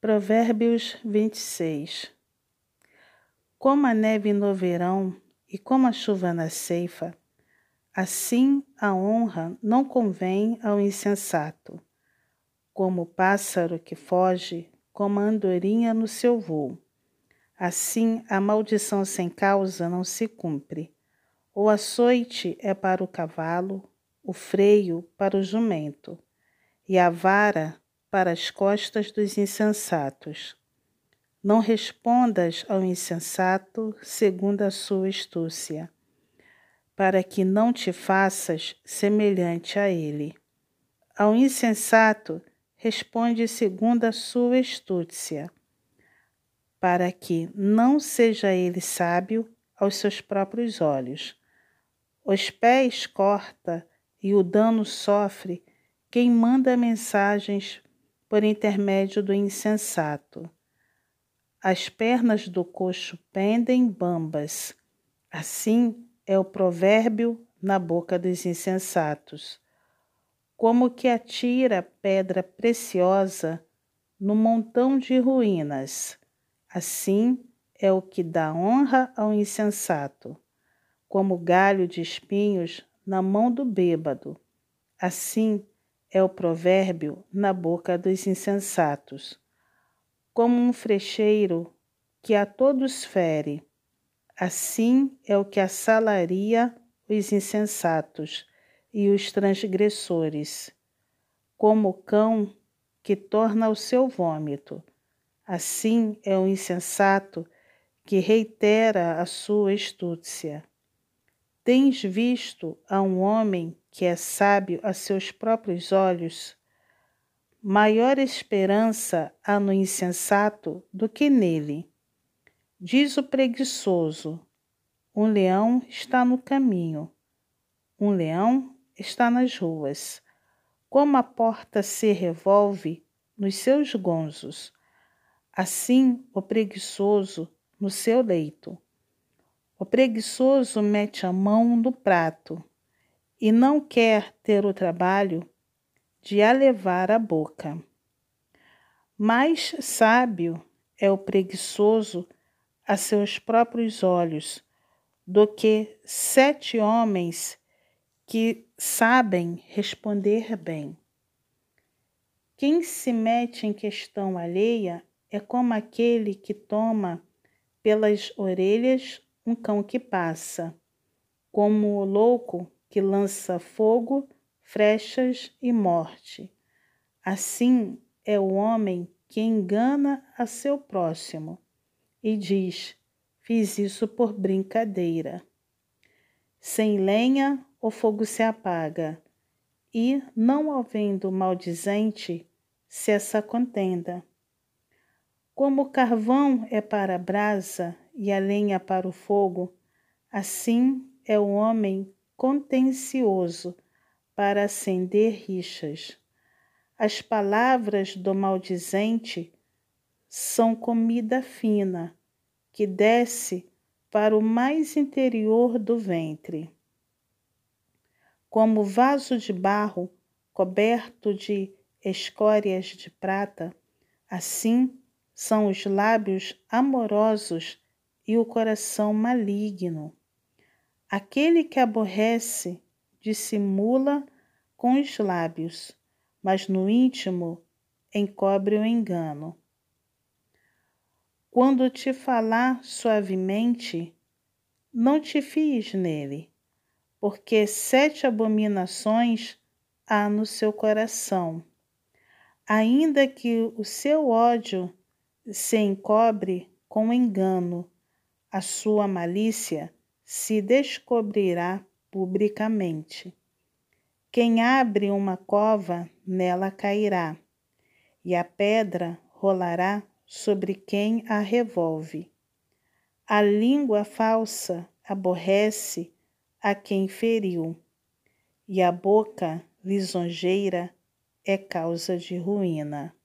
Provérbios 26. Como a neve no verão e como a chuva na ceifa, assim a honra não convém ao insensato. Como o pássaro que foge, como a andorinha no seu vôo. Assim a maldição sem causa não se cumpre. O açoite é para o cavalo, o freio para o jumento, e a vara para as costas dos insensatos. Não respondas ao insensato segundo a sua astúcia, para que não te faças semelhante a ele. Ao insensato responde segundo a sua astúcia, para que não seja ele sábio aos seus próprios olhos. Os pés corta e o dano sofre quem manda mensagens por intermédio do insensato. As pernas do coxo pendem bambas. Assim é o provérbio na boca dos insensatos. Como que atira pedra preciosa no montão de ruínas, assim é o que dá honra ao insensato. Como galho de espinhos na mão do bêbado, assim é o provérbio na boca dos insensatos. Como um frecheiro que a todos fere, assim é o que assalaria os insensatos e os transgressores. Como o cão que torna o seu vômito, assim é o insensato que reitera a sua astúcia. Tens visto a um homem que é sábio a seus próprios olhos? Maior esperança há no insensato do que nele. Diz o preguiçoso: um leão está no caminho, um leão está nas ruas. Como a porta se revolve nos seus gonzos, assim o preguiçoso no seu leito. O preguiçoso mete a mão no prato e não quer ter o trabalho de a levar à boca. Mais sábio é o preguiçoso a seus próprios olhos do que 7 homens que sabem responder bem. Quem se mete em questão alheia é como aquele que toma pelas orelhas um cão que passa, como o louco que lança fogo, flechas e morte. Assim é o homem que engana a seu próximo e diz: fiz isso por brincadeira. Sem lenha o fogo se apaga, e, não havendo maldizente, cessa a contenda. Como o carvão é para a brasa e a lenha para o fogo, assim é o homem contencioso para acender rixas. As palavras do maldizente são comida fina, que desce para o mais interior do ventre. Como vaso de barro coberto de escórias de prata, assim são os lábios amorosos e o coração maligno. Aquele que aborrece dissimula com os lábios, mas no íntimo encobre o engano. Quando te falar suavemente, não te fies nele, porque 7 abominações há no seu coração. Ainda que o seu ódio se encobre com engano, a sua malícia se descobrirá publicamente. Quem abre uma cova, nela cairá, e a pedra rolará sobre quem a revolve. A língua falsa aborrece a quem feriu, e a boca lisonjeira é causa de ruína.